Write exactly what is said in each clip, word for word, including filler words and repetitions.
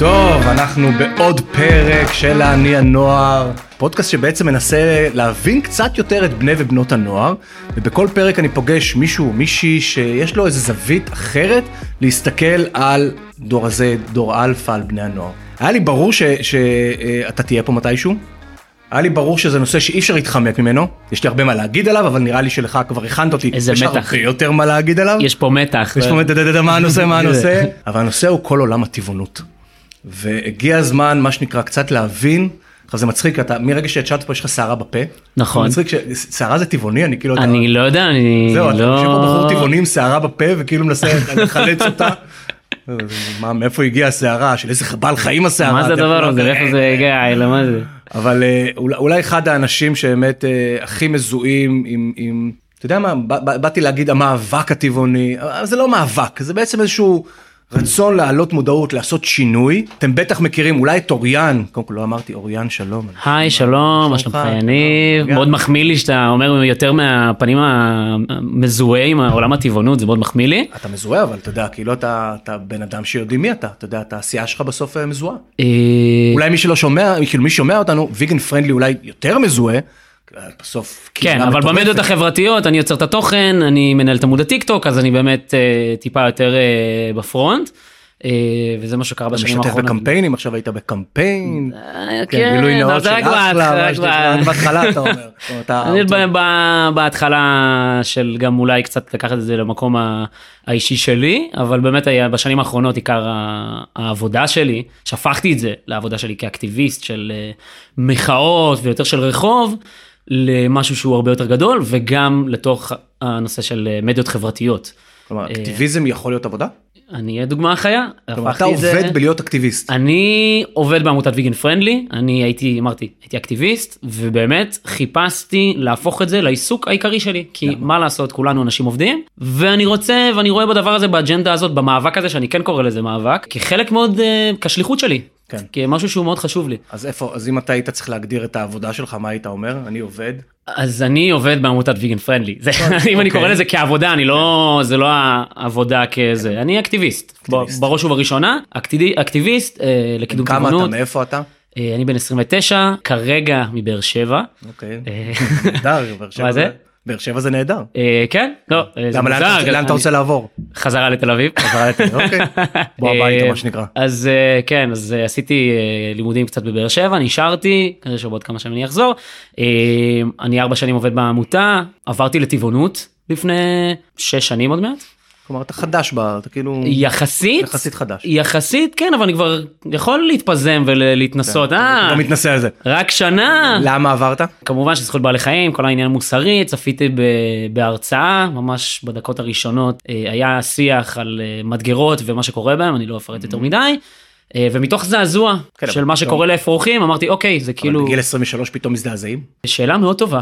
טוב, אנחנו בעוד פרק של אני הנוער, פודקאסט שבעצם מנסה להבין קצת יותר את בני ובנות הנוער, ובכל פרק אני פוגש מישהו, מישהי שיש לו איזו זווית אחרת להסתכל על דור הזה, דור אלפא, על בני הנוער. היה לי ברור ש, שאתה תהיה פה מתישהו, היה לי ברור שזה נושא שאי אפשר להתחמק ממנו, יש לי הרבה מה להגיד עליו, אבל נראה לי שלך כבר הכנת אותי, איזה יש מתח. הרבה יותר מה להגיד עליו. יש פה מתח. יש פה מתח, מה הנושא, מה הנושא, אבל הנושא הוא כל עולם הטבעונות. והגיע הזמן, מה שנקרא, קצת להבין, עכשיו זה מצחיק, אתה, מרגע שהתשעת פה יש לך שערה בפה. נכון. מצחיק, שערה זה טבעוני, אני כאילו... אני לא יודע, אני לא... זהו, אתה חושב פה בחור טבעוני עם שערה בפה, וכאילו מנסה לחלץ אותה. מה, מאיפה הגיעה השערה? של איזה בעל חיים השערה? מה זה הדבר הזה? איפה זה הגיע? אלא מה זה? אבל אולי אחד האנשים שבאמת הכי מזוהים עם... אתה יודע מה, באתי להגיד המאבק הטבעוני, זה לא מאבק, זה בעצם איזשהו... רצון להעלות מודעות, לעשות שינוי. אתם בטח מכירים, אולי את אוריאן, קודם כל לא אמרתי, אוריאן, שלום. היי, שלום, מה שלומך יניב? מאוד מחמיא לי שאתה אומר יותר מהפנים המזוהה עם העולם הטבעונות, זה מאוד מחמיא לי. אתה מזוהה, אבל אתה יודע, כאילו אתה בן אדם שיודעים מי אתה, אתה יודע, אתה העשייה שלך בסוף מזוהה. אולי מי שלא שומע, כאילו מי שומע אותנו, ויגן פרנדלי אולי יותר מזוהה, בסוף... כן, אבל במדיות החברתיות אני יוצר את התוכן, אני מנהל את עמוד הטיק טוק, אז אני באמת טיפה יותר בפרונט, וזה מה שקרה בשנים האחרונות. משתף בקמפיינים, עכשיו היית בקמפיין, כן, גילוי נאות זה של רק אחלה, בהתחלה אתה אומר. אני בהתחלה של גם אולי קצת לקחת את זה למקום האישי שלי, אבל באמת בשנים האחרונות עיקר העבודה שלי, שהפכתי את זה לעבודה שלי כאקטיביסט של מחאות ויותר של רחוב, למשהו שהוא הרבה יותר גדול, וגם לתוך הנושא של מדיות חברתיות. כלומר, אקטיביזם יכול להיות עבודה? אני אהיה דוגמה חיה. כלומר, אתה עובד בלהיות אקטיביסט. אני עובד בעמותת ויגן פרנדלי, אני הייתי, אמרתי, הייתי אקטיביסט, ובאמת חיפשתי להפוך את זה לעיסוק העיקרי שלי, כי מה לעשות, כולנו אנשים עובדים, ואני רוצה, ואני רואה בדבר הזה, באג'נדה הזאת, במאבק הזה, שאני כן קורא לזה מאבק, כחלק מאוד, כשליחות שלי. כן. כמשהו שהוא מאוד חשוב לי. אז איפה, אז אם אתה היית צריך להגדיר את העבודה שלך, מה היית אומר? אני עובד? אז אני עובד בעמותת ויגן פרנדלי. אם אני קורא לזה כעבודה, אני לא, זה לא העבודה כזה. אני אקטיביסט. בראש ובראשונה, אקטיביסט לקידום טבעונות. כמה אתה, מאיפה אתה? אני בן עשרים ותשע, כרגע מבאר שבע. אוקיי. נהדר, באר שבע. מה זה? באר שבע זה נהדר. כן, לא. למה, לאן אתה רוצה לעבור? חזרה לתל אביב. חזרה לתל אביב, אוקיי. בוא הביתה, מה שנקרא. אז כן, אז עשיתי לימודים קצת בבאר שבע, נשארתי, כזה שבעוד כמה שנים אני אחזור. אני ארבע שנים עובד בעמותה, עברתי לטבעונות לפני שש שנים עוד מעט. כלומר, אתה חדש בה, אתה כאילו... יחסית? יחסית חדש. יחסית, כן, אבל אני כבר יכול להתפזם ולהתנסות. אה, לא מתנסה על זה. רק שנה. למה עברת? כמובן שזכות בעלי חיים, כל העניין המוסרי, צפיתי בהרצאה, ממש בדקות הראשונות, היה שיח על מדגרות ומה שקורה בהם, אני לא אפרט יותר מדי. ומתוך זעזוע של מה שקורה לאפרוחים, אמרתי, אוקיי, זה כאילו... אבל בגיל עשרים ושלוש פתאום מזדעזעים? שאלה מאוד טובה.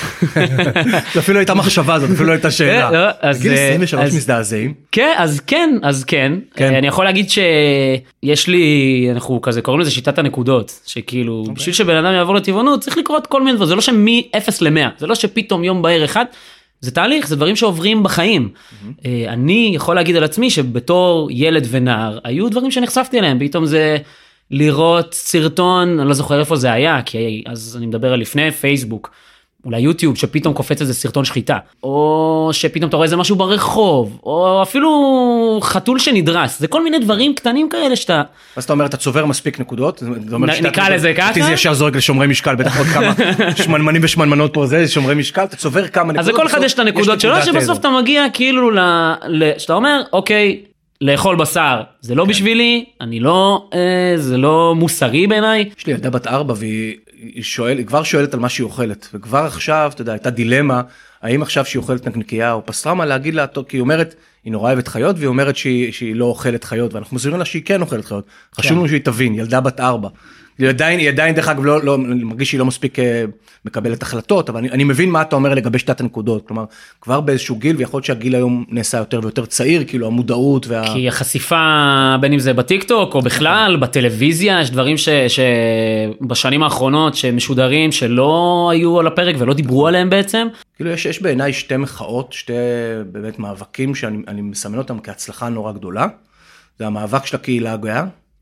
זה אפילו הייתה מחשבה הזאת, אפילו הייתה שאלה. בגיל עשרים ושלוש מזדעזעים? כן, אז כן, אז כן. אני יכול להגיד שיש לי, אנחנו כזה קוראים לזה שיטת הנקודות, שכאילו, בשביל שבן אדם יעבור לטבעונות, צריך לקרות כל מיני דברים, זה לא שמ-אפס למאה, זה לא שפתאום יום בהיר אחד, זה תהליך, זה דברים שעוברים בחיים. Mm-hmm. אני יכול להגיד על עצמי שבתור ילד ונער, היו דברים שנחשפתי אליהם, פתאום זה לראות סרטון, אני לא זוכר איפה זה היה, כי אז אני מדבר על לפני פייסבוק, אולי יוטיוב, שפתאום קופץ איזה סרטון שחיטה, או שפתאום אתה רואה איזה משהו ברחוב, או אפילו חתול שנדרס, זה כל מיני דברים קטנים כאלה שאתה... אז אתה אומר, אתה צובר מספיק נקודות, נקרא לזה ככה? אותי זה ישר זורק לשומרי משקל, בטח עוד כמה שמנמנים ושמנמנות פה, זה שומרי משקל, אתה צובר כמה נקודות. אז לכל אחד יש את הנקודות שלו, שבסוף אתה מגיע כאילו, שאתה אומר, אוקיי, לאכול בשר, זה לא בשבילי, אני לא, זה לא מוסרי בעיניי. יש לי ילדה בת ארבע והיא שואלת, היא כבר שואלת על מה שהיא אוכלת, וכבר עכשיו, אתה יודע, הייתה דילמה, האם עכשיו שהיא אוכלת נקניקיה או פסטרמה, להגיד לה, כי היא אומרת, היא נורא אוהבת חיות, והיא אומרת שהיא, שהיא לא אוכלת חיות, ואנחנו מסבירים לה שהיא כן אוכלת חיות. חשוב לנו שהיא תבין, ילדה בת ארבע. היא עדיין, היא עדיין דרך אגב, לא, לא, אני מרגיש שהיא לא מספיק מקבלת החלטות, אבל אני, אני מבין מה אתה אומר לגבי שתת הנקודות, כלומר, כבר באיזשהו גיל, ויכול להיות שהגיל היום נעשה יותר ויותר צעיר, כאילו המודעות וה... כי החשיפה, בין אם זה בטיקטוק, או בכלל, בטלוויזיה, יש דברים ש, שבשנים האחרונות, שמשודרים, שלא היו על הפרק, ולא דיברו עליהם בעצם. כאילו, יש, יש בעיניי שתי מחאות, שתי באמת מאבקים, שאני אני מסמן אותם כהצלחה נורא גדולה, זה המאבק של הקהילה הגאה,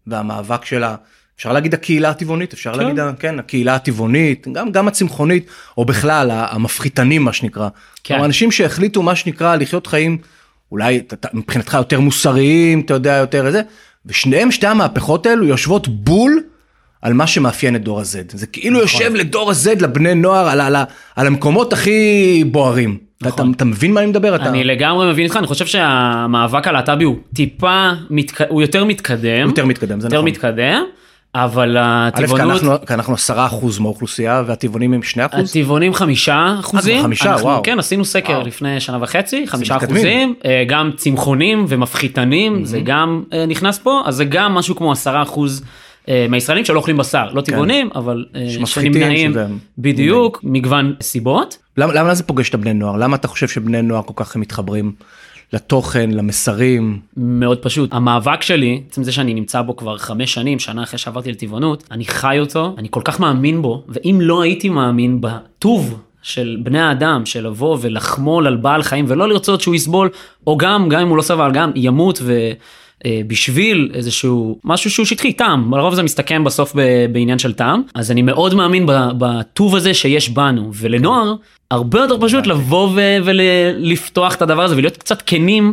והמאבק שלה, אפשר להגיד הקהילה הטבעונית, אפשר להגיד, כן, הקהילה הטבעונית, גם, גם הצמחונית, או בכלל, המפחיתנים, מה שנקרא. כן. אנשים שהחליטו, מה שנקרא, לחיות חיים, אולי מבחינתך יותר מוסריים, אתה יודע, יותר איזה, ושניהם, שתי המהפכות האלו, יושבות בול על מה שמאפיין את דור הזד. זה כאילו נכון. יושב לדור הזד, לבני נוער, על, על, על המקומות הכי בוערים. נכון. אתה, אתה מבין מה אני מדבר? אני אתה... לגמרי מבין איתך, אני חושב שהמאבק הלהט"בי הוא טיפה, מתק... הוא יותר מתקדם. יותר מתקדם, זה יותר נכון. יותר מתקדם. אבל הטבעונות... א', כי אנחנו עשרה אחוז מהאוכלוסייה, והטבעונים הם שני אחוז? הטבעונים חמישה אחוזים. חמישה, וואו. כן, עשינו סקר לפני שנה וחצי, חמישה אחוזים. גם צמחונים ומפחיתנים, זה גם נכנס פה, אז זה גם משהו כמו עשרה אחוז מהישראלים שלא אוכלים בשר. לא טבעונים, אבל שנמנעים בדיוק, מגוון סיבות. למה זה פוגש את הבני נוער? למה אתה חושב שבני נוער כל כך מתחברים? לתוכן, למסרים. מאוד פשוט. המאבק שלי, בעצם זה שאני נמצא בו כבר חמש שנים, שנה אחרי שעברתי לטבעונות, אני חי אותו, אני כל כך מאמין בו, ואם לא הייתי מאמין בטוב של בני האדם, של לבוא ולחמול על בעל חיים, ולא לרצות שהוא יסבול, או גם, גם אם הוא לא סבל, גם ימות ובשביל איזשהו, משהו שהוא שטחי, טעם, לרוב זה מסתכם בסוף בעניין של טעם, אז אני מאוד מאמין בטוב הזה שיש בנו, ולנוער, הרבה יותר פשוט לבוא ולפתוח את הדבר הזה, ולהיות קצת כנים,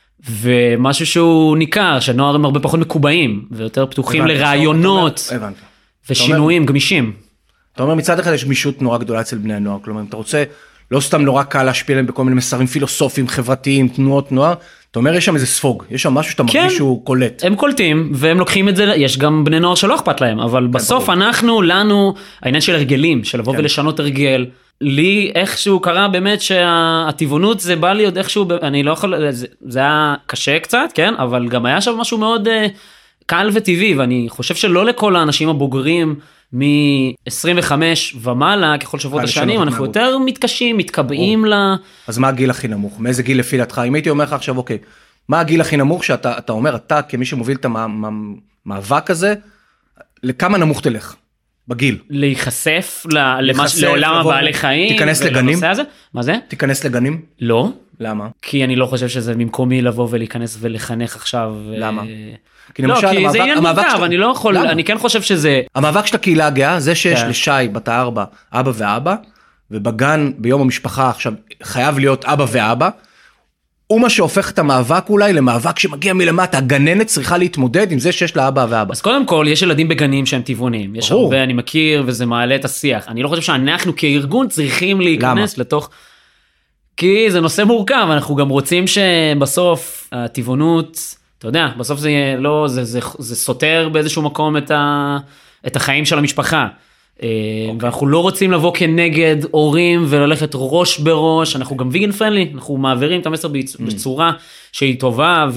ומשהו שהוא ניכר, שנוער הם הרבה פחות מקובעים, ויותר פתוחים לרעיונות, ושינויים גמישים. אתה אומר, מצד אחד יש גמישות נורא גדולה אצל בני הנוער, כלומר, אם אתה רוצה, לא סתם נורא קל להשפיע להם בכל מיני מסרים פילוסופיים, חברתיים, תנועות נוער, אתה אומר, יש שם איזה ספוג, יש שם משהו שאתה מרגיש שהוא קולט. הם קולטים, והם לוקחים את זה, יש גם בני נוער שלא אכפת להם, אבל בסוף אנחנו, לנו, העניין של הרגלים, של לבוא ולשנות הרגל, לי איכשהו קרה באמת שהטבעונות זה בא לי עוד איכשהו, אני לא יכול, זה, זה היה קשה קצת, כן? אבל גם היה שם משהו מאוד uh, קל וטבעי, ואני חושב שלא לכל האנשים הבוגרים מ-עשרים וחמש ומעלה, ככל שבועות השנים, אנחנו יותר מתקשים, מתקבעים ל... אז מה הגיל הכי נמוך? מאיזה גיל לפי דעתך? אם הייתי אומר לך עכשיו, אוקיי, מה הגיל הכי נמוך שאתה אתה אומר, אתה כמי שמוביל את המאבק הזה, לכמה נמוך תלך? בגיל. להיחשף לעולם הבעלי חיים. תיכנס לגנים? מה זה? תיכנס לגנים? לא. למה? כי אני לא חושב שזה במקומי לבוא ולהיכנס ולחנך עכשיו. למה? כי למשל, כי זה עניין מורכב, אני לא יכול, אני כן חושב שזה... המאבק של הקהילה הגאה, זה שיש לשי בת הארבע, אבא ואבא, ובגן ביום המשפחה עכשיו חייב להיות אבא ואבא, הוא מה שהופך את המאבק אולי למאבק שמגיע מלמטה, הגננת צריכה להתמודד עם זה שיש לה אבא ואבא. אז קודם כל, יש ילדים בגנים שהם טבעונים, יש הרבה, אני מכיר, וזה מעלה את השיח. אני לא חושב שאנחנו כארגון צריכים להיכנס לתוך... כי זה נושא מורכב, אנחנו גם רוצים שבסוף הטבעונות, אתה יודע, בסוף זה לא, זה, זה, זה סותר באיזשהו מקום את ה, את החיים של המשפחה. Okay. ואנחנו לא רוצים לבוא כנגד הורים וללכת ראש בראש, אנחנו גם ויגן פרנדלי, אנחנו מעבירים את המסר בצורה שהיא טובה,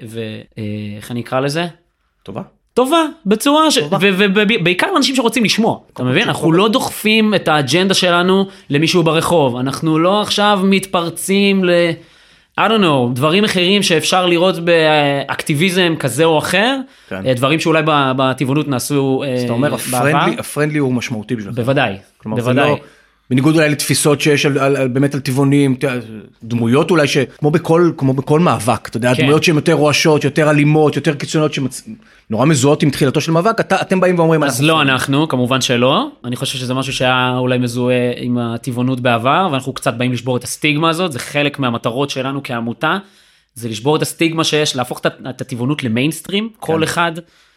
ואיך אני אקרא לזה? טובה. טובה, בצורה, ובעיקר אנשים שרוצים לשמוע, אתה מבין? אנחנו לא דוחפים את האג'נדה שלנו למישהו ברחוב, אנחנו לא עכשיו מתפרצים ל... I don't know, דברים אחרים שאפשר לראות באקטיביזם כזה או אחר, דברים שאולי בטבעונות נעשו בעבר. זאת אומרת, הפרנדלי הוא משמעותי בשבילך. בוודאי, בוודאי. בניגוד אולי לתפיסות שיש על, על, על, באמת על טבעונים, דמויות אולי שכמו בכל, כמו בכל מאבק, אתה יודע, כן. דמויות שהן יותר רועשות, יותר אלימות, יותר קיצוניות, שנורא מזוהות עם תחילתו של מאבק, את, אתם באים ואומרים... אז לא אנחנו, כמובן שלא, אני חושב שזה משהו שהיה אולי מזוהה עם הטבעונות בעבר, ואנחנו קצת באים לשבור את הסטיגמה הזאת, זה חלק מהמטרות שלנו כעמותה, זה לשבור את הסטיגמה שיש, להפוך את הטבעונות למיינסטרים, כן. כל אחד...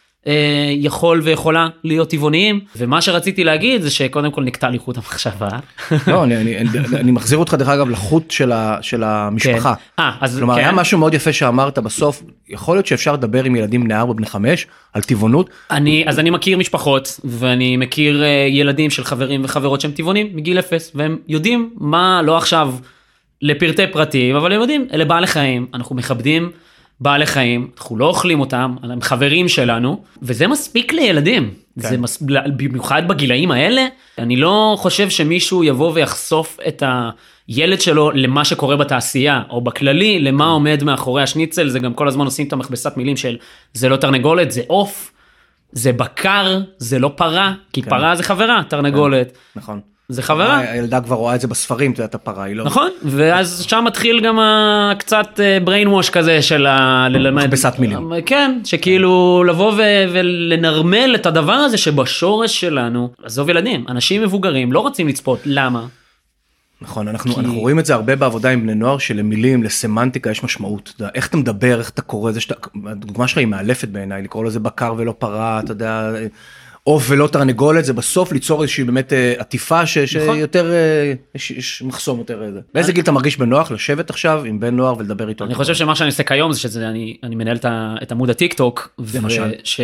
יכול ויכולה להיות טבעוניים, ומה שרציתי להגיד זה שקודם כל נקטע לי חוט המחשבה. לא, אני, אני, אני מחזיר אותך דרך אגב לחוט של, ה, של המשפחה. כן. 아, אז כלומר, כן. היה משהו מאוד יפה שאמרת בסוף, יכול להיות שאפשר לדבר עם ילדים בני ארבע, בני חמש, על טבעונות. אני, אז אני מכיר משפחות, ואני מכיר ילדים של חברים וחברות שהם טבעונים מגיל אפס, והם יודעים מה, לא עכשיו לפרטי פרטים, אבל הם יודעים, אלה בעלי חיים, אנחנו מכבדים, בעלי חיים, אנחנו לא אוכלים אותם, הם חברים שלנו, וזה מספיק לילדים, כן. זה מס... במיוחד בגילאים האלה, אני לא חושב שמישהו יבוא ויחשוף את הילד שלו למה שקורה בתעשייה, או בכללי, למה כן. עומד מאחורי השניצל, זה גם כל הזמן עושים את המכבסת מילים של, זה לא תרנגולת, זה אוף, זה בקר, זה לא פרה, כי כן. פרה זה חברה, תרנגולת. כן. נכון. זה חברה. הילדה כבר רואה את זה בספרים, אתה יודע, את הפרה, היא לא... נכון, ואז שם מתחיל גם קצת brain wash כזה של ללמד. מכבסת מילים. כן, שכאילו לבוא ולנרמל את הדבר הזה שבשורש שלנו, עזוב ילדים, אנשים מבוגרים לא רוצים לצפות, למה? נכון, אנחנו, כי... אנחנו רואים את זה הרבה בעבודה עם בני נוער, שלמילים, לסמנטיקה יש משמעות. אתה יודע, איך אתה מדבר, איך אתה קורא, זה שאתה, הדוגמה שלך היא מאלפת בעיניי, לקרוא לזה בקר ולא פרה, אתה יודע, עוף ולא תרנגולת, זה בסוף ליצור איזושהי באמת עטיפה, ש, נכון. שיותר, יש, יש מחסום יותר איזה. באיזה גיל אתה מרגיש בנוח לשבת עכשיו עם בן נוער ולדבר איתו? אני חושב שמה שאני עושה כיום זה שזה, אני, אני מנהל את עמוד הטיק טוק, למשל. ש...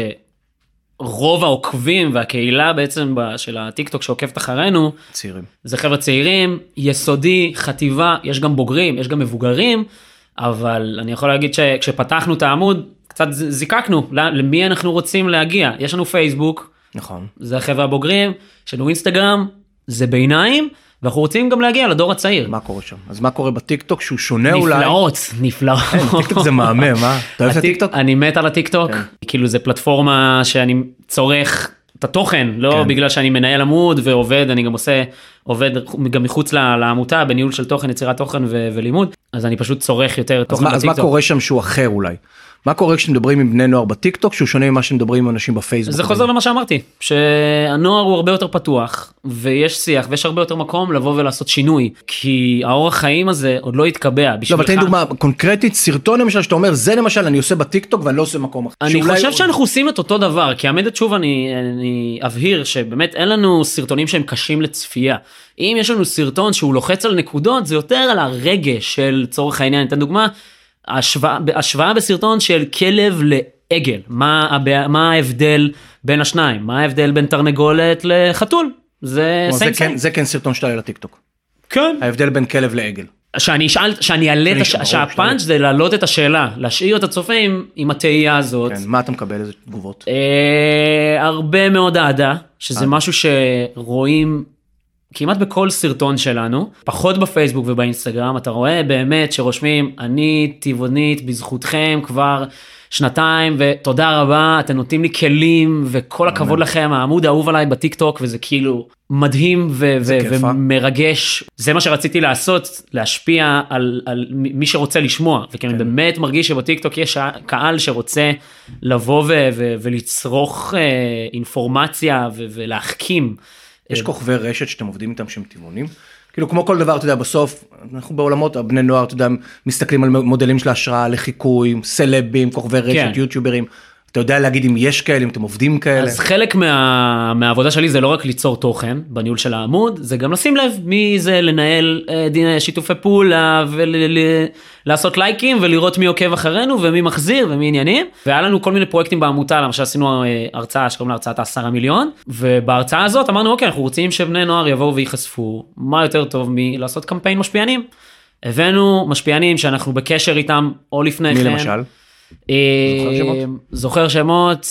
רוב העוקבים והקהילה בעצם של הטיק טוק שעוקבת אחרינו, צעירים. זה חבר'ה צעירים, יסודי, חטיבה, יש גם בוגרים, יש גם מבוגרים, אבל אני יכול להגיד שכשפתחנו את העמוד, קצת זיקקנו, למי אנחנו רוצים להגיע. יש לנו פייסבוק, נכון. זה החבר'ה הבוגרים, יש לנו אינסטגרם, זה ביניים, ואנחנו רוצים גם להגיע לדור הצעיר. מה קורה שם? אז מה קורה בטיק טוק שהוא שונה אולי? נפלאות, נפלאות. טיק טוק זה מהמם, מה? אתה אוהב את הטיק טוק? אני מת על הטיק טוק, כאילו זה פלטפורמה שאני צורך את התוכן, לא בגלל שאני מנהל עמוד ועובד, אני גם עושה, עובד גם מחוץ לעמותה, בניהול של תוכן, יצירת תוכן ולימוד, אז אני פשוט צורך יותר תוכן בטיק טוק. אז מה קורה שם שהוא אחר אולי? מה קורה כשמדברים עם בני נוער בטיק טוק, שהוא שונה ממה שמדברים עם אנשים בפייסבוק? זה חוזר למה שאמרתי, שהנוער הוא הרבה יותר פתוח, ויש שיח, ויש הרבה יותר מקום לבוא ולעשות שינוי, כי האורח חיים הזה עוד לא יתקבע. לא, אבל תן דוגמה קונקרטית, סרטון למשל, שאתה אומר, זה למשל אני עושה בטיק טוק, ואני לא עושה מקום אחר. אני חושב שאנחנו עושים את אותו דבר, כי עמדת שוב אני, אני אבהיר, שבאמת אין לנו סרטונים שהם קשים לצפייה. אם יש לנו סרטון שהוא לוחץ על נקודות, זה יותר על הרגש של צורך העניין. ניתן דוגמה, השוואה, השוואה בסרטון של כלב לעגל, מה, מה ההבדל בין השניים, מה ההבדל בין תרנגולת לחתול, זה זה כן, זה כן סרטון שתעלה לטיק טוק. כן. ההבדל בין כלב לעגל. שאני אשאל, שאני אעלה את השאלה, שהפאנץ' זה להעלות את השאלה, להשאיר את הצופה עם, עם התהייה הזאת. כן, מה אתה מקבל, איזה תגובות? אה, הרבה מאוד אהדה, שזה משהו שרואים כמעט בכל סרטון שלנו, פחות בפייסבוק ובאינסטגרם, אתה רואה באמת שרושמים, אני טבעונית בזכותכם כבר שנתיים, ותודה רבה, אתם נותנים לי כלים, וכל הכבוד לכם, העמוד האהוב עליי בטיק טוק, וזה כאילו מדהים ו- ו- ומרגש. זה מה שרציתי לעשות, להשפיע על, על מי שרוצה לשמוע, וכי אני באמת מרגיש שבטיק טוק יש קהל שרוצה לבוא ו- ו- ולצרוך אינפורמציה ו- ולהחכים. יש כוכבי רשת שאתם עובדים איתם שהם טבעונים? כאילו כמו כל דבר, אתה יודע, בסוף, אנחנו בעולמות, הבני נוער, אתה יודע, מסתכלים על מודלים של השראה, לחיקוי, סלבים, כוכבי רשת, יוטיוברים, אתה יודע להגיד אם יש כאלה, אם אתם עובדים כאלה? אז חלק מה, מהעבודה שלי זה לא רק ליצור תוכן בניהול של העמוד, זה גם לשים לב מי זה לנהל אה, שיתופי פעולה ולעשות לייקים ולראות מי עוקב אחרינו ומי מחזיר ומי עניינים. והיה לנו כל מיני פרויקטים בעמותה, למשל עשינו אה, הרצאה שקוראים לה הרצאת העשרה מיליון, ובהרצאה הזאת אמרנו אוקיי, אנחנו רוצים שבני נוער יבואו ויחשפו, מה יותר טוב מלעשות קמפיין משפיענים. הבאנו משפיענים שאנחנו בקשר איתם או לפני מי כן. למשל? זוכר שמות,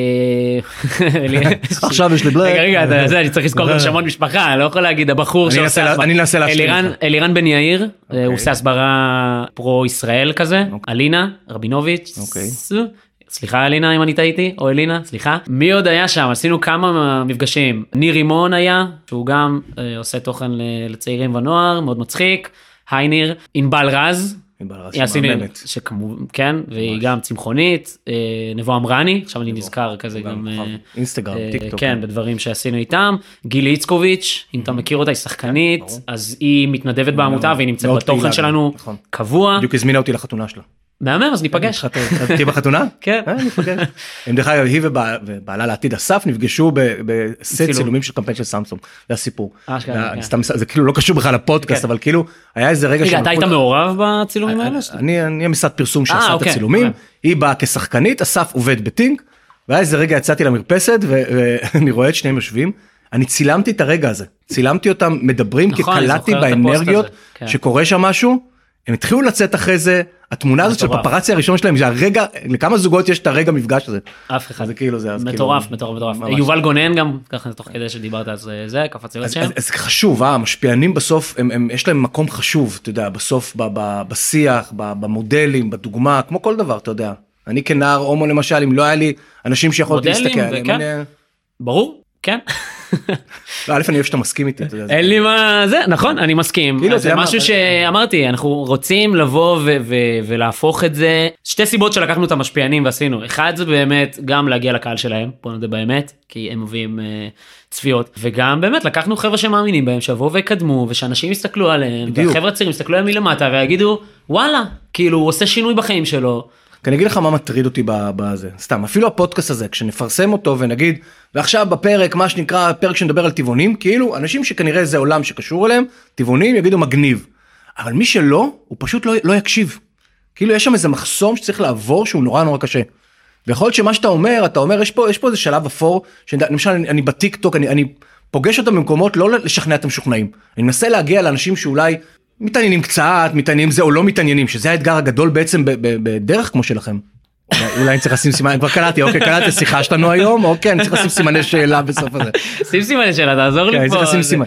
עכשיו יש לי בלק. רגע, רגע, אני צריך לזכור גם שמות משפחה, אני לא יכול להגיד, הבחור שעושה, אני אנסה להשלים. אלירן בן יאיר, הוא עושה הסברה פרו-ישראל כזה, אלינה רבינוביץ', סליחה אלינה אם אני טעיתי, או אלינה, סליחה. מי עוד היה שם? עשינו כמה מפגשים. ניר רימון היה, שהוא גם עושה תוכן לצעירים ונוער, מאוד מצחיק. היי ניר. ענבל רז. שכמובן, כן, והיא גם צמחונית, נבו אמרני, עכשיו אני נזכר כזה גם, אינסטגרם, טיק טוק. כן, בדברים שעשינו איתם, גילי איצקוביץ', אם אתה מכיר אותה, היא שחקנית, אז היא מתנדבת בעמותה, והיא נמצאת בתוכן שלנו קבוע. בדיוק הזמינה אותי לחתונה שלה. מהמם, אז ניפגש. תהיה בחתונה? כן. ניפגש. הם דרך אגב, היא ובעלה לעתיד אסף נפגשו בסט צילומים של קמפיין של סמסונג. זה הסיפור. זה כאילו לא קשור בכלל לפודקאסט, אבל כאילו היה איזה רגע... רגע, אתה היית מעורב בצילומים האלה? אני המשרד פרסום שעשה את הצילומים, היא באה כשחקנית, אסף עובד בטינק, והיה איזה רגע יצאתי למרפסת, ואני רואה את שניהם יושבים, אני צילמתי את הרגע הזה, צילמתי אותם מדברים, כי קלטתי באנרגיות שקורה שם משהו, הם התחילו לצאת אחרי זה, התמונה הזאת של פפרצי הראשון שלהם, זה הרגע, לכמה זוגות יש את הרגע מפגש הזה. אף אחד. זה כאילו זה. מטורף, מטורף, מטורף. יובל גונן גם, ככה תוך כדי שדיברת על זה, קפץ לי לשם. אז זה חשוב, המשפיענים בסוף, יש להם מקום חשוב, אתה יודע, בסוף, בשיח, במודלים, בדוגמה, כמו כל דבר, אתה יודע. אני כנער הומו למשל, אם לא היה לי אנשים שיכולתי להסתכל עליהם. ברור, כן. לא, אלף אני אוהב שאתה מסכים איתי. אין לי מה, זה, נכון, אני מסכים. זה משהו שאמרתי, אנחנו רוצים לבוא ולהפוך את זה. שתי סיבות שלקחנו את המשפיענים ועשינו. אחד זה באמת גם להגיע לקהל שלהם, בוא נדע באמת, כי הם מביאים צפיות. וגם באמת לקחנו חבר'ה שמאמינים בהם, שיבואו ויקדמו, ושאנשים יסתכלו עליהם, והחבר'ה הצעירים יסתכלו עליהם מלמטה, ויגידו, וואלה, כאילו הוא עושה שינוי בחיים שלו. אני אגיד לך מה מטריד אותי בזה, סתם, אפילו הפודקאסט הזה, כשנפרסם אותו ונגיד, ועכשיו בפרק, מה שנקרא, פרק שנדבר על טבעונים, כאילו, אנשים שכנראה זה עולם שקשור אליהם, טבעונים יגידו מגניב, אבל מי שלא, הוא פשוט לא, לא יקשיב. כאילו, יש שם איזה מחסום שצריך לעבור, שהוא נורא נורא קשה. ויכול להיות שמה שאתה אומר, אתה אומר, יש פה, יש פה איזה שלב אפור, שלמשל, אני, אני בטיק טוק, אני, אני פוגש אותם במקומות לא לשכנע את המשוכנעים. אני מנסה להגיע לאנשים שאולי מתעניינים קצת, מתעניינים זה או לא מתעניינים, שזה האתגר הגדול בעצם בדרך כמו שלכם. אולי אני צריך לשים סימן, כבר קלטתי, אוקיי, קלטתי, שיחה שלנו היום, אוקיי, אני צריך לשים סימני שאלה בסוף הזה. שים סימני שאלה, תעזור לי פה.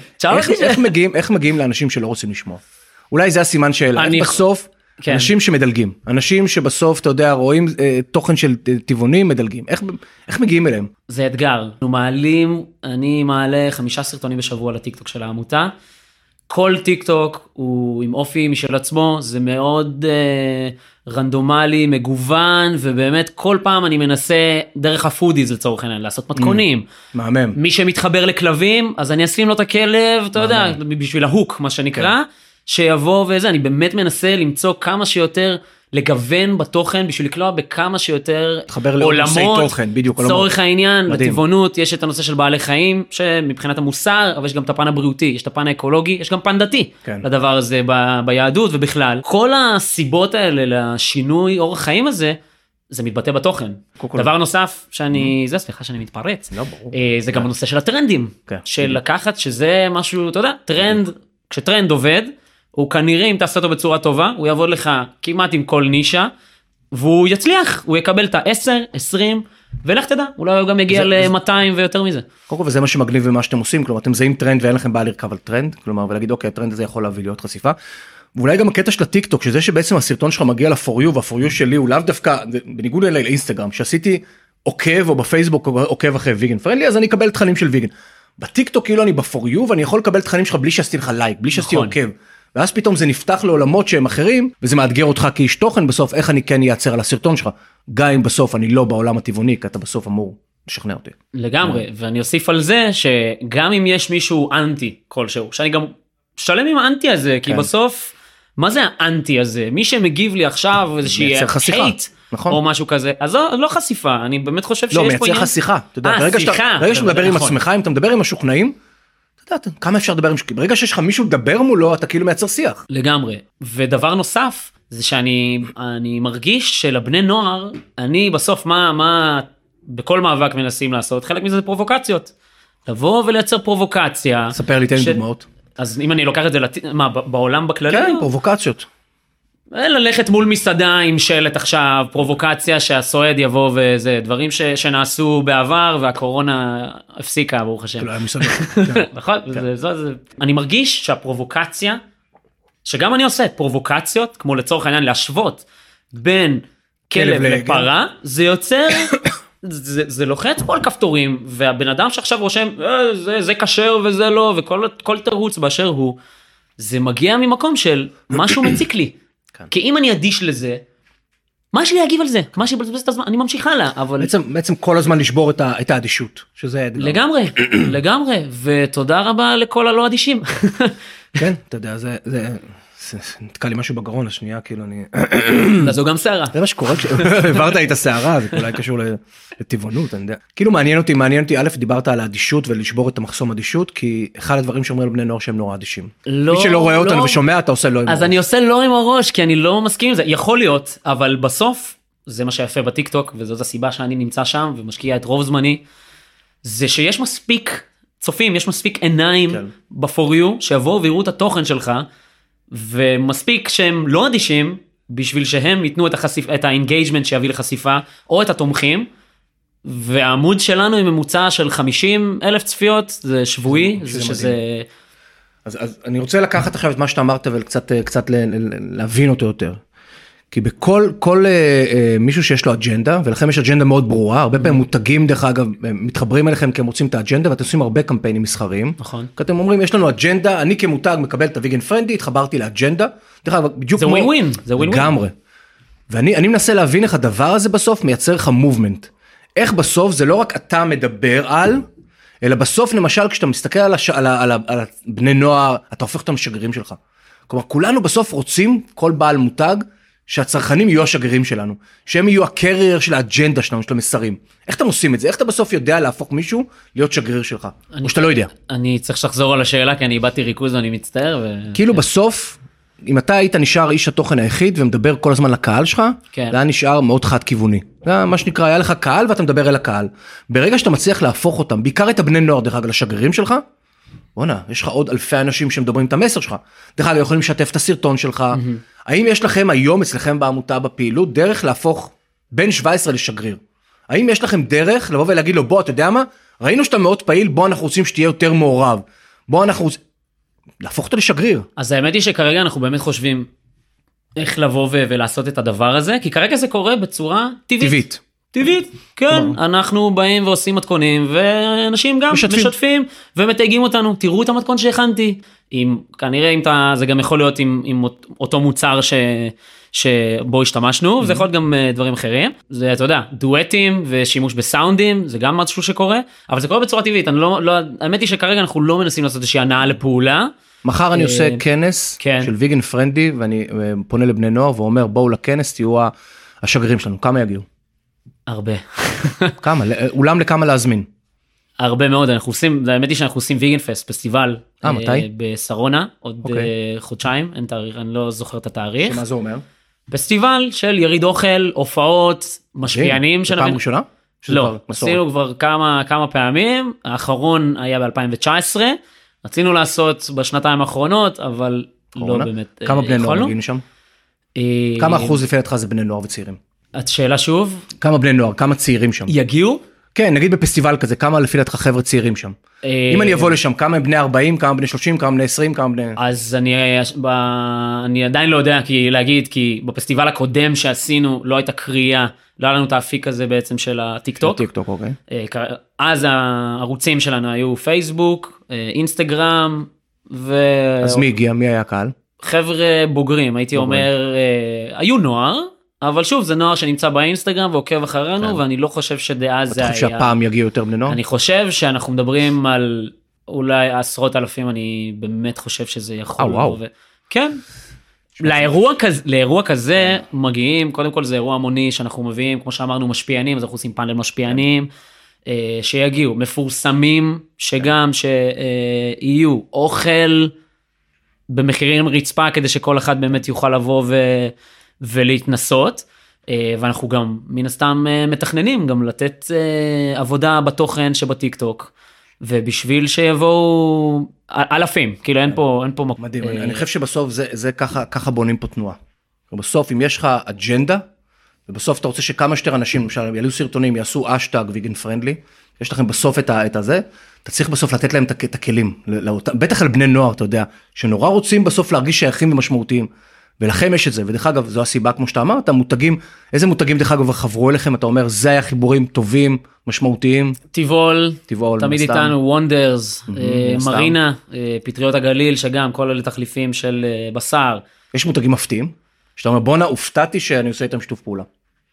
איך מגיעים לאנשים שלא רוצים לשמוע? אולי זה הסימן שאלה, בסוף, אנשים שמדלגים, אנשים שבסוף, אתה יודע, רואים תוכן של טבעונים, מדלגים, איך מגיעים אליהם? זה אתגר, אנחנו מעלים, אני מעלה חמישה סרטונים בשבוע לטיקטוק של העמותה, כל טיק טוק הוא עם אופי משל עצמו, זה מאוד אה, רנדומלי, מגוון, ובאמת כל פעם אני מנסה דרך הפודיז לצורך העניין, לעשות מתכונים. Mm, מהמם. מי שמתחבר לכלבים, אז אני אשים לו את הכלב, אתה יודע, בשביל ההוק, מה שנקרא, כן. שיבוא וזה, אני באמת מנסה למצוא כמה שיותר לגוון בתוכן, בשביל לקלוע בכמה שיותר עולמות, תוכן, בדיוק, צורך העניין, בטבעונות, יש את הנושא של בעלי חיים, שמבחינת המוסר, אבל יש גם את הפן הבריאותי, יש את הפן האקולוגי, יש גם פן דתי, כן. לדבר הזה ב- ביהדות ובכלל. כל הסיבות האלה לשינוי אורח חיים הזה, זה מתבטא בתוכן. דבר נוסף שאני, זה סליחה שאני מתפרץ, זה גם הנושא של הטרנדים, של לקחת שזה משהו, אתה יודע, טרנד, כשטרנד עובד, הוא כנראה, אם תעשה אותו בצורה טובה, הוא יעבוד לך כמעט עם כל נישה, והוא יצליח, הוא יקבל את ה-עשר, עשרים, ולך תדע, אולי הוא גם יגיע ל-מאתיים ויותר מזה. קודם כל, וזה מה שמגניב במה שאתם עושים, כלומר, אתם זהים טרנד ואין לכם בעיה לרכב על טרנד, כלומר, ולהגיד, אוקיי, הטרנד הזה יכול להביא להיות חשיפה, ואולי גם הקטע של הטיק-טוק, שזה שבעצם הסרטון שלך מגיע ל-for you, וה-for you שלי הוא לאו דווקא, בניגוד אליי לאינסטגרם, שעשיתי עוקב או בפייסבוק עוקב אחרי ויגן פרנדלי, אז אני אקבל תכנים של ויגן. בטיק-טוק כאילו אני ב-for you, ואני יכול לקבל תכנים שלך בלי שעשיתי לך לייק, בלי שעשיתי עוקב. ואז פתאום זה נפתח לעולמות שהם אחרים, וזה מאתגר אותך כאיש תוכן, בסוף איך אני כן ייצר על הסרטון שלך, גם אם בסוף אני לא בעולם הטבעוני, כי אתה בסוף אמור לשכנע אותי. לגמרי, ואני אוסיף על זה, שגם אם יש מישהו אנטי כלשהו, שאני גם שלם עם האנטי הזה, כי בסוף, מה זה האנטי הזה? מי שמגיב לי עכשיו איזושהי הייט, או משהו כזה, אז לא חשיפה, אני באמת חושב שיש פה עניין. לא, מייצר לך שיחה, אתה יודע, ברגע שאתה מדבר עם עצמך, אם אתה מדבר עם השוכנעים, כמה אפשר לדבר עם שוקי? ברגע שיש לך מישהו לדבר מולו, אתה כאילו מייצר שיח. לגמרי. ודבר נוסף, זה שאני אני מרגיש שלבני נוער, אני בסוף מה, מה בכל מאבק מנסים לעשות, חלק מזה זה פרובוקציות. לבוא ולייצר פרובוקציה. ספר לי, תן ש... דוגמאות. אז אם אני לוקח את זה, לת... מה, בעולם בכללי? כן, פרובוקציות. ללכת מול מסעדה עם שלט עכשיו, פרובוקציה שהסועד יבוא וזה, דברים ש, שנעשו בעבר והקורונה הפסיקה, ברוך השם. נכון? אני מרגיש שהפרובוקציה, שגם אני עושה פרובוקציות, כמו לצורך העניין להשוות בין כלב לפרה, זה יוצר, זה, זה לוחץ פה על כפתורים, והבן אדם שעכשיו רושם, אה, זה, זה כשר וזה לא, וכל תירוץ באשר הוא, זה מגיע ממקום של משהו מציק לי. כי אם אני אדיש לזה, מה יש לי להגיב על זה? מה שבלבז את הזמן? אני ממשיך הלאה, אבל... בעצם, בעצם כל הזמן לשבור את, ה, את האדישות, שזה... לגמרי, לגמרי, ותודה רבה לכל הלא אדישים. כן, אתה יודע, זה... זה... נתקע לי משהו בגרון השנייה, כאילו אני... אז זו גם שערה. זה מה שקורה, כשעברת את השערה, זה אולי קשור לטבעונות, אני יודע. כאילו מעניין אותי, מעניין אותי, א', דיברת על האדישות ולשבור את המחסום אדישות, כי אחד הדברים שאומרים לבני נוער שהם נורא אדישים. מי שלא רואה אותנו ושומע, אתה עושה לא עם הראש. אז אני עושה לא עם הראש, כי אני לא מסכים עם זה. יכול להיות, אבל בסוף, זה מה שיפה בטיקטוק, וזאת הסיבה שאני נמצא שם ומשקיע את רוב זמני, זה שיש מספיק צופים, יש מספיק עיניים ב-for you, שיבואו ויראו את התוכן שלך, ומספיק שהם לא אדישים, בשביל שהם ייתנו את החשיפ... את האינגייג'מנט שיביא לחשיפה, או את התומכים, והעמוד שלנו עם ממוצע של חמישים אלף צפיות, זה שבועי, זה שזה... אז, אז אני רוצה לקחת עכשיו את מה שאתה אמרת, וקצת קצת להבין אותו יותר. כי בכל כל, אה, אה, מישהו שיש לו אג'נדה, ולכם יש אג'נדה מאוד ברורה, הרבה פעמים מותגים דרך אגב, מתחברים אליכם כי הם רוצים את האג'נדה, ואתם עושים הרבה קמפיינים מסחריים. נכון. כי אתם אומרים, יש לנו אג'נדה, אני כמותג מקבל את הוויגן פרנדי, התחברתי לאג'נדה, דרך אגב, בדיוק זה ווין ווין, זה ווין ווין. לגמרי. ואני אני מנסה להבין איך הדבר הזה בסוף מייצר לך מובמנט. איך בסוף זה לא רק אתה מדבר על, אלא בסוף למשל כשאתה מסתכל על, הש... על, ה... על, ה... על בני נוער, אתה הופך אותם לשגרירים שלך. כלומר, כולנו בסוף רוצים, כל בעל מותג, שהצרכנים יהיו השגרירים שלנו, שהם יהיו הקרייר של האג'נדה שלנו, של המסרים. איך אתם עושים את זה? איך אתה בסוף יודע להפוך מישהו להיות שגריר שלך? או שאתה לא יודע? אני צריך שתחזור על השאלה, כי אני איבדתי ריכוז ואני מצטער. ו... כאילו בסוף, אם אתה היית נשאר איש התוכן היחיד, ומדבר כל הזמן לקהל שלך, כן. זה היה נשאר מאוד חד כיווני. זה מה שנקרא, היה לך קהל ואתה מדבר אל הקהל. ברגע שאתה מצליח להפוך אותם, בעיקר את הבני נוער, דרך אגב, לשגרירים שלך, בוא'נה, יש לך עוד אלפי אנשים שמדברים את המסר שלך. דרך אגב, יכולים לשתף את הסרטון שלך. האם יש לכם היום, אצלכם בעמותה בפעילות, דרך להפוך בין שבע עשרה לשגריר? האם יש לכם דרך לבוא ולהגיד לו, בוא, אתה יודע מה? ראינו שאתה מאוד פעיל, בוא, אנחנו רוצים שתהיה יותר מעורב. בוא, אנחנו רוצים... להפוך אותו לשגריר. אז האמת היא שכרגע אנחנו באמת חושבים איך לבוא ו- ולעשות את הדבר הזה, כי כרגע זה קורה בצורה טבעית. טבעית. טבעית, כן. אנחנו באים ועושים מתכונים, ואנשים גם משתפים. משתפים ומתייגים אותנו. תראו את המתכון שהכנתי. עם, כנראה אם אתה, זה גם יכול להיות עם, עם אותו מוצר ש, שבו השתמשנו, וזה יכול להיות גם דברים אחרים. זה, אתה יודע, דואטים ושימוש בסאונדים, זה גם משהו שקורה, אבל זה קורה בצורה טבעית. אני לא, לא, האמת היא שכרגע אנחנו לא מנסים לעשות איזושהי הנעה לפעולה. מחר אני עושה כנס כן. של ויגן פרנדי, ואני פונה לבני נוער ואומר, בואו לכנס, תהיו השגרירים שלנו. כמה יגיעו? הרבה. כמה? אולם לכמה להזמין? הרבה מאוד, אנחנו עושים, האמת היא שאנחנו עושים ויגן פסט, פסטיבל. אה, מתי? בסרונה, עוד חודשיים, אין תאריך, אני לא זוכר את התאריך. שמה זה אומר? פסטיבל של יריד אוכל, הופעות, משפיענים. זה פעם ראשונה? לא, עשינו כבר כמה, כמה פעמים, האחרון היה ב-אלפיים תשע עשרה, רצינו לעשות בשנתיים האחרונות, אבל לא באמת. כמה בני נוער מגיעים שם? כמה אחוז לפי דעתך זה בני נוער וצעירים? את שאלה שוב? כמה בני נוער, כמה צעירים שם? יגיעו? כן, נגיד בפסטיבל כזה, כמה לפי דעתך חבר'ה צעירים שם? אם אני אבוא לשם, כמה בני ארבעים, כמה בני שלושים, כמה בני עשרים, כמה בני... אז אני, אני עדיין לא יודע כי להגיד, כי בפסטיבל הקודם שעשינו לא הייתה קריאה, לא היה לנו את האפיק הזה בעצם של הטיק-טוק. הטיק-טוק, אוקיי. אז הערוצים שלנו היו פייסבוק, אינסטגרם, ו... אז מי הגיע? מי היה הקהל? חבר'ה בוגרים, הייתי אומר, היו נוער, אבל שוב, זה נוער שנמצא באינסטגרם ועוקב אחרינו, ואני לא חושב שדאז זה היה... אתה חושב שהפעם יגיעו יותר בני נוער? אני חושב שאנחנו מדברים על אולי עשרות אלפים, אני באמת חושב שזה יכול... אה, וואו. כן. לאירוע כזה, לאירוע כזה מגיעים, קודם כל זה אירוע המוני שאנחנו מביאים, כמו שאמרנו, משפיענים, אז אנחנו עושים פאנל משפיענים, שיגיעו, מפורסמים, שגם שיהיו אוכל במחירים רצפה, כדי שכל אחד באמת יוכל לבוא ו... ולהתנסות, ואנחנו גם מן הסתם מתכננים גם לתת עבודה בתוכן שבטיק טוק, ובשביל שיבואו אלפים, כאילו אין פה, אין פה... מדהים, אני חושב שבסוף זה, זה ככה, ככה בונים פה תנועה. בסוף אם יש לך אג'נדה, ובסוף אתה רוצה שכמה שיותר אנשים, למשל, יעלו סרטונים, יעשו אשטג ויגן פרנדלי, יש לכם בסוף את הזה, אתה צריך בסוף לתת להם את הכלים, בטח על בני נוער, אתה יודע, שנורא רוצים בסוף להרגיש שייכים ומשמעותיים, ולכם יש את זה, ודרך אגב, זו הסיבה, כמו שאתה אמרת, מותגים, איזה מותגים דרך אגב חברו אליכם, אתה אומר, זה היה חיבורים טובים, משמעותיים? טיבול, טיבול, תמיד איתנו, וונדרס, מרינה, פטריות הגליל, שגם כל אלה תחליפים של בשר. יש מותגים מפתיעים? שאתה אומר, בונה, הופתעתי שאני עושה איתם שיתוף פעולה.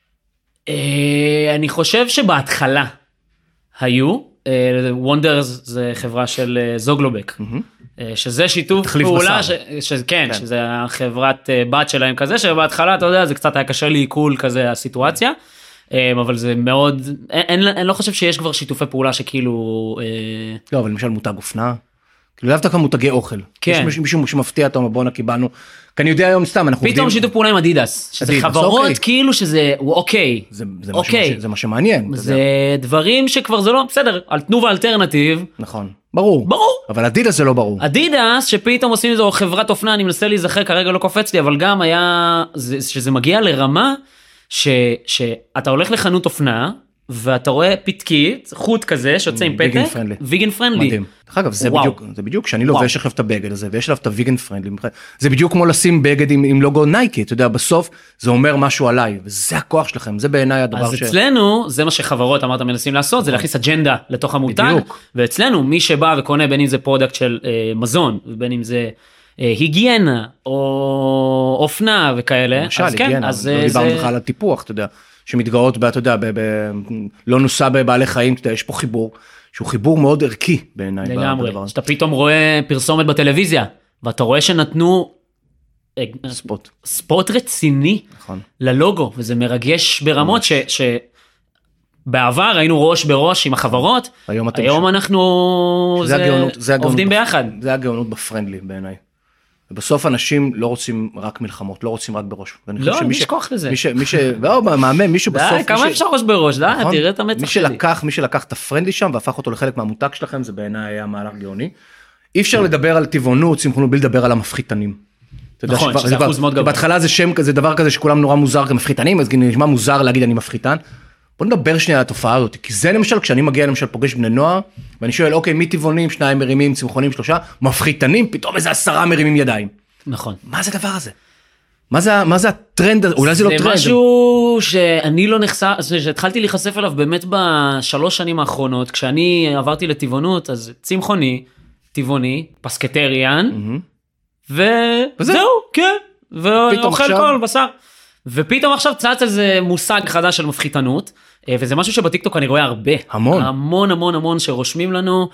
אני חושב שבהתחלה היו, וונדרס זה חברה של זוגלובק, שזה שיתוף פעולה, כן, שזה החברת בת שלהם כזה, שבהתחלה, אתה יודע, זה קצת היה קשה לעיכול כזה הסיטואציה, אבל זה מאוד, אני לא חושב שיש כבר שיתופי פעולה שכאילו... לא, אבל למשל מותג אופנה, כאילו לאו דווקא מותגי אוכל, יש מישהו שמפתיע, אתה אומר, בוא נקיבלנו, כי אני יודע היום סתם, אנחנו עובדים... פתאום שיתוף פעולה עם אדידס, שזה חברות כאילו שזה אוקיי, זה מה שמעניין. זה דברים שכבר זה לא, בסדר, תנו ואלטרנטיב. נכון, ברור. ברור. אבל אדידס זה לא ברור. אדידס, שפתאום עושים איזו חברת אופנה, אני מנסה להיזכר, כרגע לא קופץ לי, אבל גם היה, שזה מגיע לרמה, שאתה הולך לחנות אופנה, ואתה רואה פתקית, חוט כזה, שיוצא עם פתק, ויגן פרנדלי. מדהים. דרך אגב, זה בדיוק, זה בדיוק, שאני לובש עכשיו את הבגד הזה, ויש עליו את הוויגן פרנדלי, זה בדיוק כמו לשים בגד עם, עם לוגו נייקי, אתה יודע, בסוף זה אומר משהו עליי, וזה הכוח שלכם, זה בעיניי הדבר אז ש... אז אצלנו, זה מה שחברות, אמרת, מנסים לעשות, זה להכניס אג'נדה לתוך המותג, בדיוק. ואצלנו, מי שבא וקונה, בין אם זה פרודקט של אה, מזון, ובין אם זה אה, היגיינה, או אופנה וכאלה, למשל, אז היגיינה, כן, אז לא זה... דיברנו לך על הטיפוח, אתה יודע, שמתגאות, בה, אתה יודע, ב, ב, לא נוסע בבעלי חיים, אתה יודע, יש פה חיבור, שהוא חיבור מאוד ערכי בעיניי. לגמרי, שאתה פתאום רואה פרסומת בטלוויזיה, ואתה רואה שנתנו ספוט, ספוט רציני נכון. ללוגו, וזה מרגש ברמות ש, שבעבר היינו ראש בראש עם החברות, היום, היום אנחנו זה הגאונות, זה הגאונות עובדים בפ... ביחד. זה הגאונות בפרנדלי בעיניי. ובסוף אנשים לא רוצים רק מלחמות, לא רוצים רק בראש. לא, מי שכוח לזה. מי ש... מי ש... לא, מאמן, מי שבסוף... די, כמה אפשר ראש בראש, די, תראה את המצח שלי. מי שלקח, מי שלקח את הפרנדלי שם, והפך אותו לחלק מהמותג שלכם, זה בעיניי היה מהלך גאוני. אי אפשר לדבר על טבעונות, צמחונות, בלי לדבר על המפחיתנים. נכון, שזה אחוז מאוד גבוה. בהתחלה זה שם כזה, דבר כזה שכולם נורא מוזר כמפחיתנים, אז נשמע מוזר להגיד אני מפחיתן. בוא נדבר שנייה על התופעה הזאת, כי זה למשל, כשאני מגיע למשל פוגש בני נוער, ואני שואל, אוקיי, מי טבעונים, שניים מרימים, צמחונים, שלושה, מפחיתנים, פתאום איזה עשרה מרימים ידיים. נכון. מה זה הדבר הזה? מה זה, מה זה הטרנד? אולי זה לא טרנד. זה משהו שאני לא נחשף, שהתחלתי להיחשף עליו באמת בשלוש שנים האחרונות, כשאני עברתי לטבעונות, אז צמחוני, טבעוני, פסקטריאן, וזהו, כן, ואוכל כל בשר. ופתאום עכשיו צץ איזה מושג חדש של מפחיתנות, וזה משהו שבטיקטוק אני רואה הרבה. המון. המון המון המון שרושמים לנו,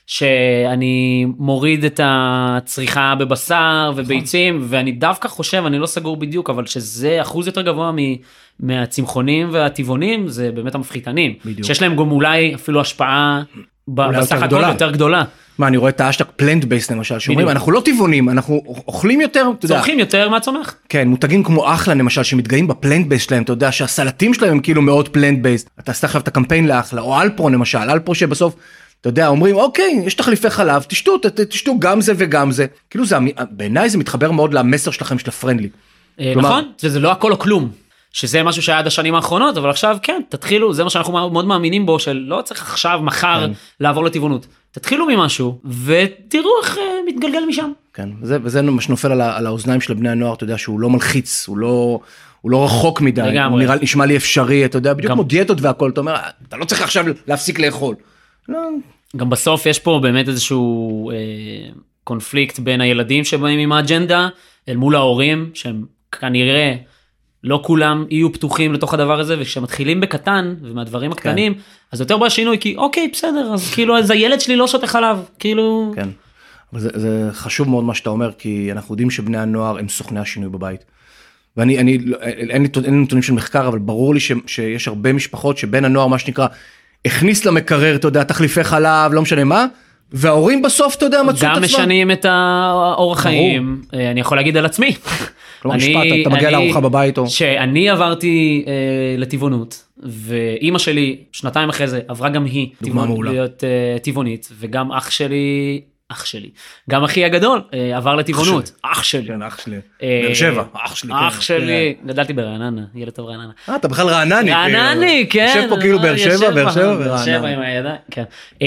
שאני מוריד את הצריכה בבשר וביצים, ואני דווקא חושב, אני לא סגור בדיוק, אבל שזה אחוז יותר גבוה מהצמחונים והטבעונים, זה באמת המפחיתנים. בדיוק. שיש להם גם אולי אפילו השפעה בסך הכל יותר גדולה. מה, אני רואה את האשטג פלנט בייס למשל, שאומרים, אנחנו לא טבעונים, אנחנו אוכלים יותר, אתה יודע. צורכים יותר מהצומח. כן, מותגים כמו אחלה למשל, שמתגאים בפלנט בייס שלהם, אתה יודע, שהסלטים שלהם הם כאילו מאוד פלנט בייס. אתה עשתה עכשיו את הקמפיין לאחלה, או אלפרו למשל, אלפרו שבסוף, אתה יודע, אומרים, אוקיי, יש תחליפי חלב, תשתו, תשתו גם זה וגם זה. כאילו זה, בעיניי זה מתחבר מאוד למסר שלכם של הפרנדלי. נכון, זה לא הכל או כלום. שזה משהו שהיה עד השנים האחרונות, אבל עכשיו כן, תתחילו, זה מה שאנחנו מאוד מאמינים בו, שלא צריך עכשיו, מחר, לעבור לטבעונות. תתחילו ממשהו, ותראו איך מתגלגל משם. כן, וזה, וזה מה שנופל על, על האוזניים של בני הנוער, אתה יודע, שהוא לא מלחיץ, הוא לא, הוא לא רחוק מדי, הוא נראה, נשמע לי אפשרי, אתה יודע, בדיוק כמו דיאטות והכל, אתה אומר, אתה לא צריך עכשיו להפסיק לאכול. לא. גם בסוף יש פה באמת איזשהו אה, קונפליקט בין הילדים שבאים עם האג'נדה, אל מול ההורים, שהם כנראה, לא כולם יהיו פתוחים לתוך הדבר הזה, וכשמתחילים בקטן, ומהדברים הקטנים, כן. אז יותר בא שינוי, כי אוקיי, בסדר, אז כאילו, אז הילד שלי לא שותה חלב, כאילו... כן, אבל זה, זה חשוב מאוד מה שאתה אומר, כי אנחנו יודעים שבני הנוער הם סוכני השינוי בבית. ואני, אני, אין לי, אין לי נתונים של מחקר, אבל ברור לי ש, שיש הרבה משפחות שבן הנוער, מה שנקרא, הכניס למקרר, אתה יודע, תחליפי חלב, לא משנה מה, וההורים בסוף, אתה יודע, מצאו את עצמם. גם משנים את האורח חיים, אני יכול להגיד על עצמי. כלומר, משפט, אתה מגיע לארוחה בבית או... שאני עברתי אה, לטבעונות, ואימא שלי, שנתיים אחרי זה, עברה גם היא טבעונית, להיות אה, טבעונית, וגם אח שלי, אח שלי, גם אחי הגדול, אה, עבר לטבעונות, אח שלי. כן, אח שלי. באר שבע, אח שלי. אח שלי, גדלתי ברעננה, ילד טוב רעננה. אה, אתה בכלל רענני. רענני, כן. יושב פה כאילו באר שבע, באר שבע ורעננה. באר שבע עם הידיים, כן.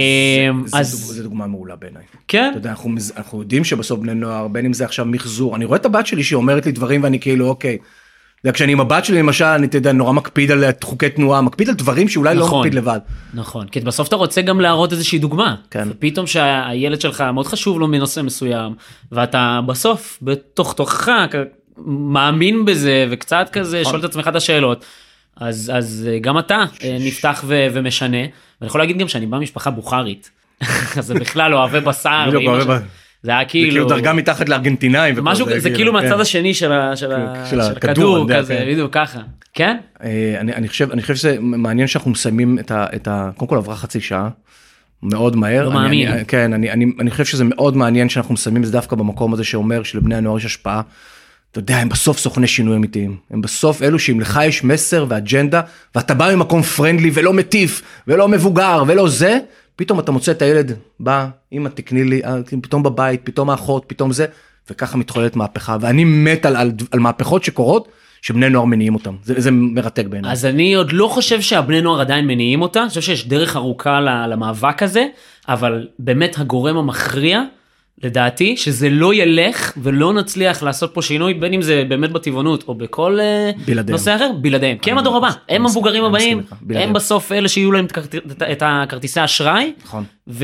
זה דוגמה מעולה בעיניי. כן. אתה יודע, אנחנו יודעים שבסוף בני נוער, בין אם זה עכשיו מחזור, אני רואה את הבת שלי שאומרת לי דברים ואני כאילו, אוקיי, כשאני עם הבת שלי למשל, אני תדע, נורא מקפיד על חוקי תנועה, מקפיד על דברים שאולי לא מקפיד לבד. נכון, כי בסוף אתה רוצה גם להראות איזושהי דוגמה. כן. ופתאום שהילד שלך מאוד חשוב לו מנושא מסוים, ואתה בסוף, בתוך תוכך, מאמין בזה, וקצת כזה, שואל את עצמך את השאלות, אז, אז גם אתה נפתח ו- ומשנה, ואני יכול להגיד גם שאני בא משפחה בוכרית, אז זה בכלל לא אוהבי בשר, זה היה כאילו... זה כאילו דרגה מתחת לארגנטינאים. משהו, זה כאילו מהצד השני של הכדור, כזה, בדיוק ככה. כן? אני חושב שזה מעניין שאנחנו מסיימים את ה... קודם כל עברה חצי שעה, מאוד מהר. לא מאמין. כן, אני חושב שזה מאוד מעניין שאנחנו מסיימים את זה דווקא במקום הזה שאומר שלבני הנוער יש השפעה. אתה יודע, הם בסוף סוכני שינוי אמיתיים. הם בסוף אלו שאם לך יש מסר ואג'נדה, ואתה בא ממקום פרנדלי ולא מטיף, ולא מבוגר, ולא זה, פתאום אתה מוצא את הילד, בא, אמא תקני לי, פתאום בבית, פתאום האחות, פתאום זה, וככה מתחוללת מהפכה. ואני מת על, על, על מהפכות שקורות, שבני נוער מניעים אותם, זה, זה מרתק בעיניי. אז אני עוד לא חושב שהבני נוער עדיין מניעים אותה, אני חושב שיש דרך ארוכה למאבק הזה, אבל באמת הגורם המכריע, לדעתי, שזה לא ילך ולא נצליח לעשות פה שינוי, בין אם זה באמת בטבעונות או בכל בלעדיהם. נושא אחר, בלעדיהם. כי הם הדור הבא, הם המבוגרים הבאים, הם בסוף אלה שיהיו להם את הכרטיסי אשראי. נכון. ו...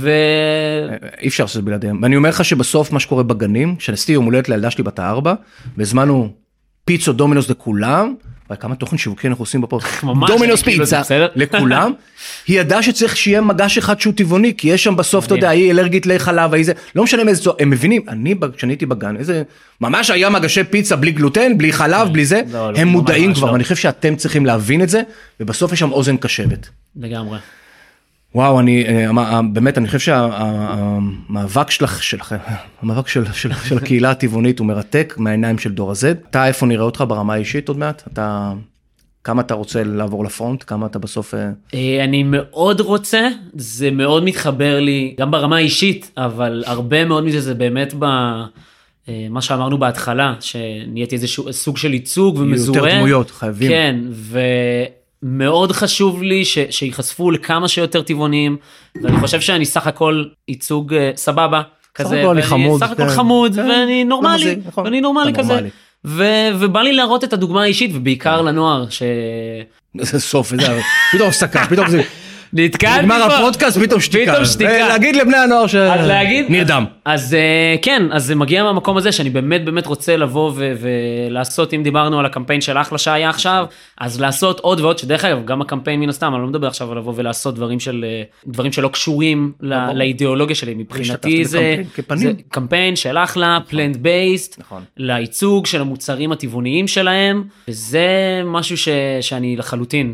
אי אפשר שזה בלעדיהם. ואני אומר לך שבסוף מה שקורה בגנים, כשעשיתי יום הולדת לילדה שלי בת הארבע, והזמנו פיצות דומינוס לכולם, וכמה תוכן שיווקי אנחנו עושים בפה, דומינוס פיצה לכולם, היא ידעה שצריך שיהיה מגש אחד שהוא טבעוני, כי יש שם בסוף, אתה יודע, היא אלרגית לחלב, לא משנה מאיזה צורה, הם מבינים, אני כשאני הייתי בגן, איזה, ממש היה מגשי פיצה בלי גלוטן, בלי חלב, בלי זה, הם מודעים כבר, ואני חושב שאתם צריכים להבין את זה, ובסוף יש שם אוזן קשבת. לגמרי. וואו, אני, באמת, אני חושב שהמאבק שלכם, המאבק של, של, של הקהילה הטבעונית הוא מרתק מהעיניים של דור הזד. אתה, איפה נראה אותך ברמה האישית עוד מעט? אתה, כמה אתה רוצה לעבור לפרונט? כמה אתה בסוף... אני מאוד רוצה, זה מאוד מתחבר לי, גם ברמה האישית, אבל הרבה מאוד מזה זה באמת ב... מה שאמרנו בהתחלה, שנהייתי איזשהו סוג של ייצוג ומזוהה. יותר דמויות, חייבים. כן, ו... מאוד חשוב לי ש, שיחשפו לכמה שיותר טבעונים, ואני חושב שאני סך הכל ייצוג סבבה, כזה, סך הכל אני חמוד, סך הכל חמוד, ואני נורמלי, ואני נורמלי כזה, ובא לי להראות את הדוגמה האישית, ובעיקר לנוער, ש... זה סוף, זה פתאום הפסקה, פתאום זה... נתקלתי פה. נגמר הפודקאסט, פתאום שתיקה. פתאום שתיקה. להגיד לבני הנוער שנרדם. אז כן, אז זה מגיע מהמקום הזה שאני באמת באמת רוצה לבוא ולעשות, אם דיברנו על הקמפיין של אחלה שהיה עכשיו, אז לעשות עוד ועוד, שדרך אגב, גם הקמפיין מן הסתם, אני לא מדבר עכשיו על לבוא ולעשות דברים של, דברים שלא קשורים לאידיאולוגיה שלי. מבחינתי זה קמפיין של אחלה, פלנט בייסט, לייצוג של המוצרים הטבעוניים שלהם, וזה משהו שאני לחלוטין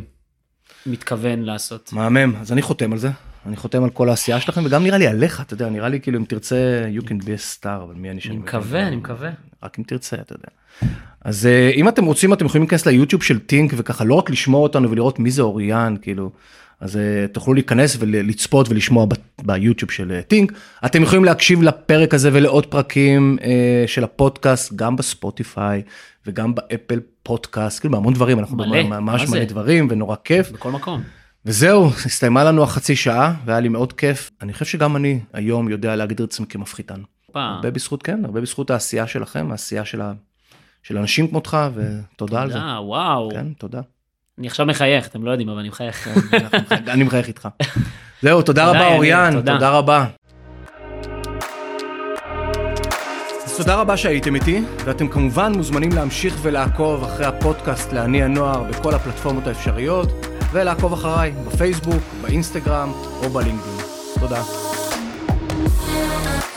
מתכוון לעשות. מהמם, אז אני חותם על זה, אני חותם על כל העשייה שלכם, וגם נראה לי עליך, אתה יודע, נראה לי כאילו אם תרצה, you can be a star, אבל מי אני שאני... אני מקווה, אני מקווה. רק אם תרצה, אתה יודע. אז אם אתם רוצים, אתם יכולים להיכנס ליוטיוב של טינק, וככה לא רק לשמוע אותנו ולראות מי זה אוריאן, כאילו, אז תוכלו להיכנס ולצפות ולשמוע ביוטיוב של טינק. אתם יכולים להקשיב לפרק הזה ולעוד פרקים של הפודקאסט, גם בספוטיפיי וגם באפל פודקאסט, כאילו בהמון דברים, אנחנו ממש מלא דברים ונורא כיף. בכל מקום. וזהו, הסתיימה לנו החצי שעה, והיה לי מאוד כיף. אני חושב שגם אני היום יודע להגדיר את עצמי כמפחיתן. הרבה בזכות, כן, הרבה בזכות העשייה שלכם, העשייה של אנשים כמותך, ותודה על זה. תודה, וואו. כן, תודה. אני עכשיו מחייך, אתם לא יודעים, אבל אני מחייך. אני מחייך איתך. זהו, תודה רבה אוריאן, תודה רבה. אז תודה רבה שהייתם איתי, ואתם כמובן מוזמנים להמשיך ולעקוב אחרי הפודקאסט לעני הנוער בכל הפלטפורמות האפשריות, ולעקוב אחריי בפייסבוק, באינסטגרם או בלינקדאין. תודה.